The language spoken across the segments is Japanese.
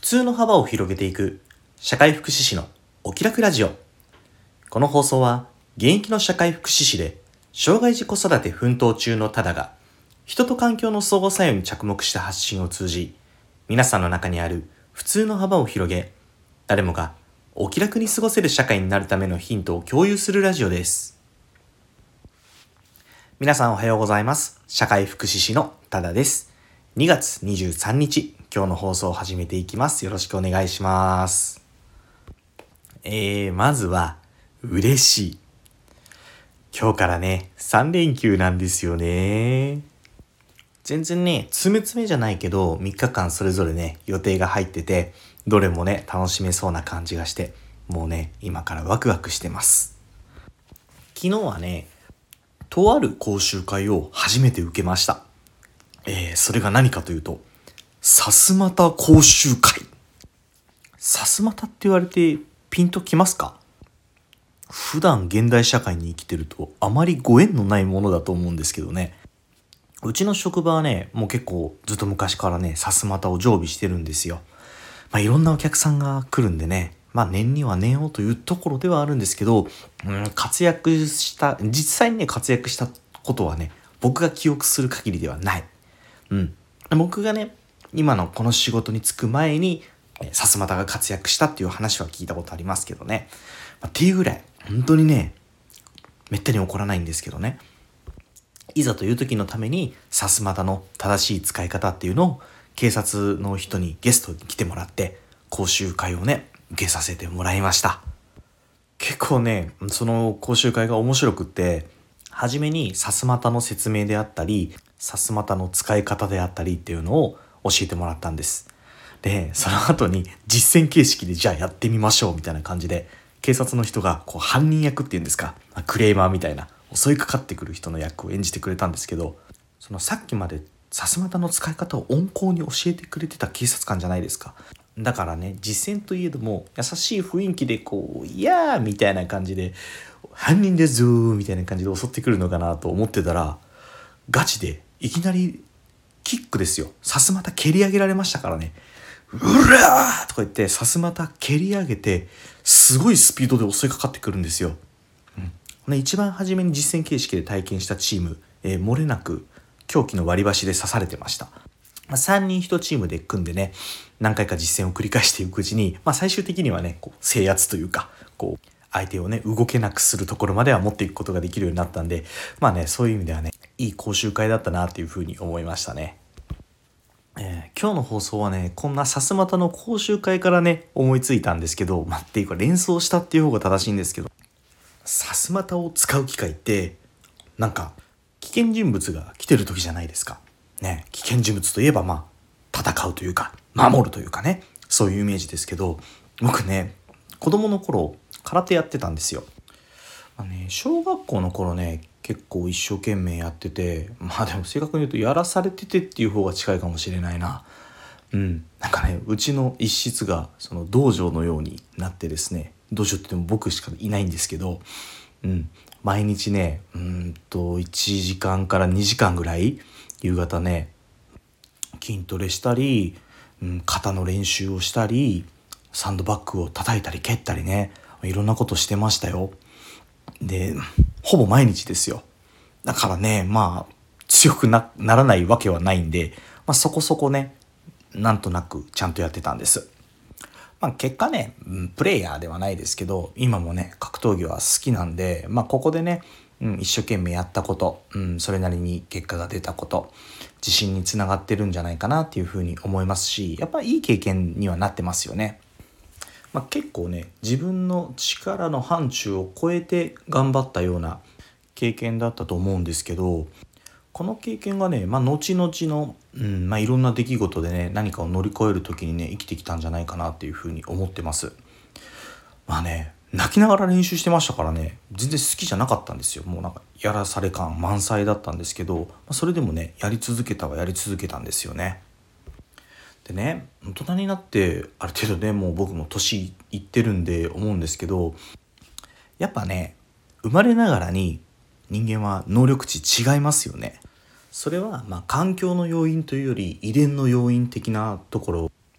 通の幅を広げていく社会福祉士のお気楽ラジオ。この放送は現役の社会福祉士で障害児子育て奮闘中のタダが人と環境の相互作用に着目した発信を通じ、皆さんの中にある普通の幅を広げ、誰もがお気楽に過ごせる社会になるためのヒントを共有するラジオです。皆さんおはようございます。社会福祉士のタダです。2月23日、今日の放送を始めていきます。よろしくお願いします。まずは嬉しい。今日からね、3連休なんですよね。全然ね、詰めじゃないけど、3日間それぞれね、予定が入ってて、どれもね、楽しめそうな感じがして、もうね、今からワクワクしてます。昨日はね、とある講習会を初めて受けました。それが何かというと、さすまた講習会。さすまたって言われてピンときますか？普段現代社会に生きてるとあまりご縁のないものだと思うんですけどね。うちの職場はね、もう結構ずっと昔からね、さすまたを常備してるんですよ。いろんなお客さんが来るんでね、年には年をというところではあるんですけど、実際にね、活躍したことはね、僕が記憶する限りではない。僕がね、今のこの仕事に就く前にさすまたが活躍したっていう話は聞いたことありますけどね、っていうぐらい本当にね、めったに起こらないんですけどね、いざという時のためにさすまたの正しい使い方っていうのを警察の人にゲストに来てもらって講習会をね、受けさせてもらいました。結構ね、その講習会が面白くって、初めにさすまたの説明であったり、さすまたの使い方であったりっていうのを教えてもらったんです。で、その後に実践形式でじゃあやってみましょうみたいな感じで、警察の人がこう犯人役っていうんですか、クレーマーみたいな襲いかかってくる人の役を演じてくれたんですけど、そのさっきまでさすまたの使い方を温厚に教えてくれてた警察官じゃないですか。だからね、実践といえども優しい雰囲気でこう、いやーみたいな感じで、犯人ですぞーみたいな感じで襲ってくるのかなと思ってたら、ガチでいきなりキックですよ。さすまた蹴り上げられましたからね。うらーとか言ってさすまた蹴り上げて、すごいスピードで襲いかかってくるんですよ。一番初めに実践形式で体験したチーム、漏れなく凶器の割り箸で刺されてました。3人1チームで組んでね、何回か実践を繰り返していくうちに、最終的にはね、こう制圧というか、こう相手をね、動けなくするところまでは持っていくことができるようになったんで、そういう意味ではね、いい講習会だったなっていうふうに思いましたね。今日の放送はね、こんなさすまたの講習会からね、思いついたんですけど、っていうか連想したっていう方が正しいんですけど、さすまたを使う機会ってなんか危険人物が来てる時じゃないですかね。危険人物といえば戦うというか守るというかね、そういうイメージですけど、僕ね、子供の頃空手やってたんですよ。小学校の頃ね、結構一生懸命やってて、でも正確に言うとやらされててっていう方が近いかもしれないな。うちの一室がその道場のようになってですね、道場って言っても僕しかいないんですけど、毎日ね、1時間から2時間ぐらい夕方ね、筋トレしたり、肩の練習をしたり、サンドバッグを叩いたり蹴ったりね、いろんなことしてましたよ。で、ほぼ毎日ですよ。だからね、強く ならないわけはないんで、そこそこね、なんとなくちゃんとやってたんです。結果ね、プレイヤーではないですけど、今もね、格闘技は好きなんで、ここでね、一生懸命やったこと、それなりに結果が出たこと、自信につながってるんじゃないかなっていうふうに思いますし、やっぱりいい経験にはなってますよね。結構ね、自分の力の範疇を超えて頑張ったような経験だったと思うんですけど、この経験がね、後々の、いろんな出来事でね、何かを乗り越える時にね、生きてきたんじゃないかなっていうふうに思ってます。泣きながら練習してましたからね、全然好きじゃなかったんですよ。もうやらされ感満載だったんですけど、それでもね、やり続けたんですよね。でね、大人になってある程度ね、もう僕も年いってるんで思うんですけど、やっぱね、生まれながらに人間は能力値違いますよね。それは環境の要因というより遺伝の要因的なところ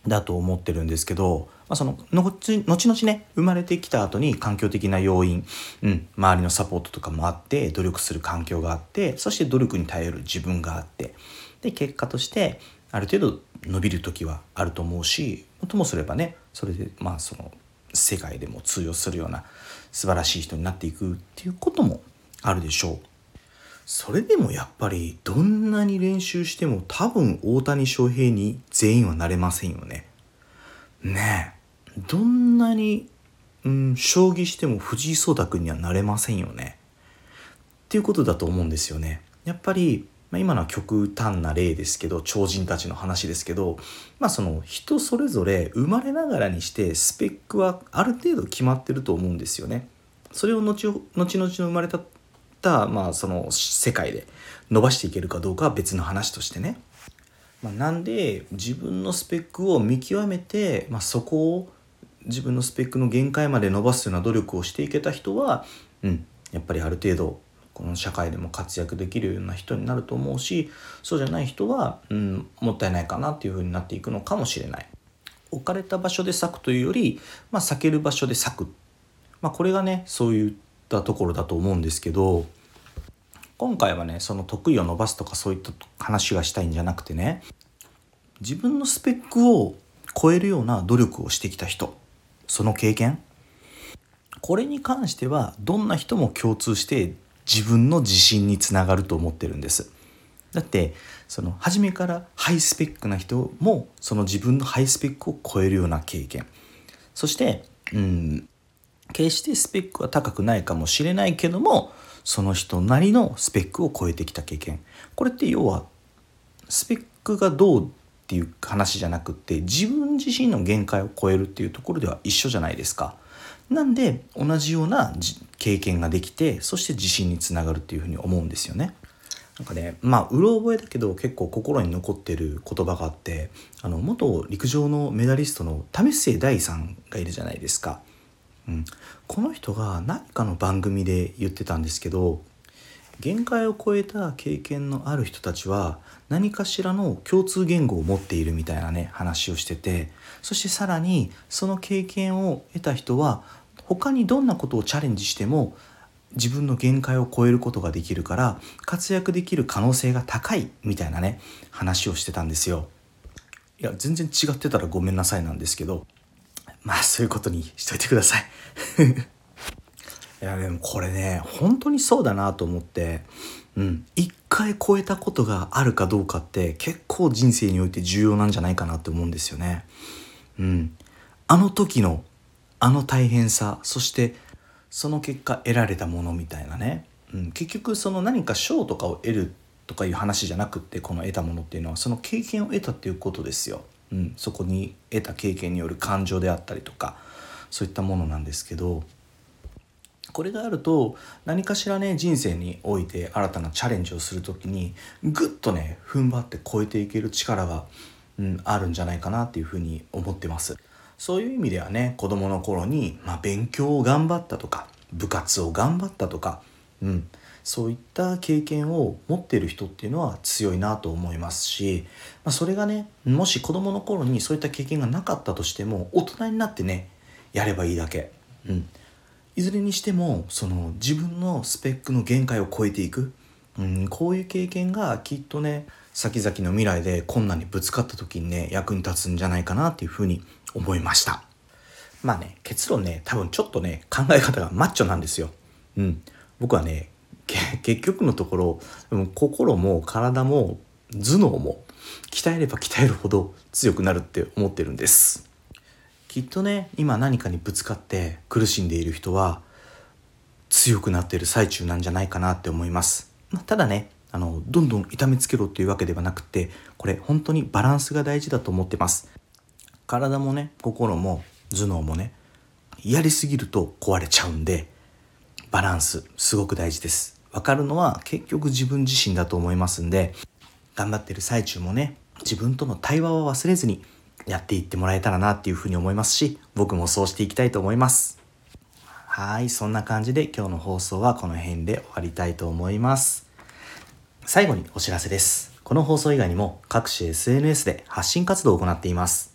だと思ってるんですけど、その後々ね生まれてきた後に環境的な要因、周りのサポートとかもあって努力する環境があって、そして努力に耐える自分があって、で結果としてある程度伸びる時はあると思うし、ともすればねそれでその世界でも通用するような素晴らしい人になっていくっていうこともあるでしょう。それでもやっぱりどんなに練習しても多分大谷翔平に全員はなれませんよね。ねえ、どんなに、将棋しても藤井聡太君にはなれませんよねっていうことだと思うんですよね。やっぱり、今のは極端な例ですけど、超人たちの話ですけど、その人それぞれ生まれながらにしてスペックはある程度決まってると思うんですよね。それを後々の生まれた、その世界で伸ばしていけるかどうかは別の話としてね。なんで自分のスペックを見極めて、そこを自分のスペックの限界まで伸ばすような努力をしていけた人は、やっぱりある程度この社会でも活躍できるような人になると思うし、そうじゃない人は、もったいないかなっていう風になっていくのかもしれない。置かれた場所で咲くというより、咲ける場所で咲く、これがねそういったところだと思うんですけど、今回はねその得意を伸ばすとかそういった話がしたいんじゃなくてね、自分のスペックを超えるような努力をしてきた人、その経験、これに関してはどんな人も共通して自分の自信につながると思ってるんです。だってその初めからハイスペックな人もその自分のハイスペックを超えるような経験、そして決してスペックは高くないかもしれないけども、その人なりのスペックを超えてきた経験、これって要はスペックがどうっていう話じゃなくって、自分自身の限界を超えるっていうところでは一緒じゃないですか。なんで同じような経験ができて、そして自信につながるっていうふうに思うんですよね。なんかね、うろ覚えだけど結構心に残ってる言葉があって、元陸上のメダリストの為末大さんがいるじゃないですか。この人が何かの番組で言ってたんですけど、限界を超えた経験のある人たちは何かしらの共通言語を持っているみたいなね話をしてて、そしてさらにその経験を得た人は他にどんなことをチャレンジしても自分の限界を超えることができるから活躍できる可能性が高いみたいなね話をしてたんですよ。いや全然違ってたらごめんなさいなんですけど、そういうことにしといてください。いやでもこれね本当にそうだなと思って、一回超えたことがあるかどうかって結構人生において重要なんじゃないかなって思うんですよね。あの時のあの大変さ、そしてその結果得られたものみたいなね、結局その何か賞とかを得るとかいう話じゃなくって、この得たものっていうのはその経験を得たっていうことですよ。そこに得た経験による感情であったりとか、そういったものなんですけど、これがあると何かしらね人生において新たなチャレンジをするときにぐっとね踏ん張って超えていける力が、あるんじゃないかなっていうふうに思ってます。そういう意味ではね、子供の頃に、勉強を頑張ったとか部活を頑張ったとか、そういった経験を持っている人っていうのは強いなと思いますし、それがねもし子供の頃にそういった経験がなかったとしても大人になってねやればいいだけ、いずれにしてもその自分のスペックの限界を超えていく、こういう経験がきっとね先々の未来で困難にぶつかった時にね役に立つんじゃないかなっていうふうに思いました。結論ね多分ちょっとね考え方がマッチョなんですよ。僕はね結局のところでも心も体も頭脳も鍛えれば鍛えるほど強くなるって思ってるんです。きっとね今何かにぶつかって苦しんでいる人は強くなっている最中なんじゃないかなって思います。ただねどんどん痛めつけろっていうわけではなくて、これ本当にバランスが大事だと思ってます。体もね心も頭脳もねやりすぎると壊れちゃうんで、バランスすごく大事です。わかるのは結局自分自身だと思いますんで、頑張ってる最中もね自分との対話を忘れずにやっていってもらえたらなっていうふうに思いますし、僕もそうしていきたいと思います。はい、そんな感じで今日の放送はこの辺で終わりたいと思います。最後にお知らせです。この放送以外にも各種 SNS で発信活動を行っています。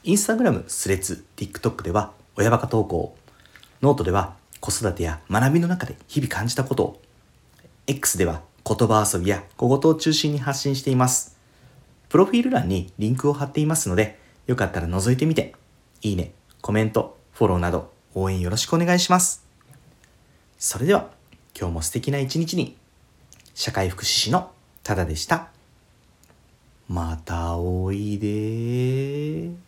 インスタグラム、スレッズ、TikTok では親バカ投稿、ノートでは子育てや学びの中で日々感じたことを、X では言葉遊びや小言を中心に発信しています。プロフィール欄にリンクを貼っていますので、よかったら覗いてみて、いいね、コメント、フォローなど応援よろしくお願いします。それでは今日も素敵な一日に。社会福祉士のタダでした。またおいで。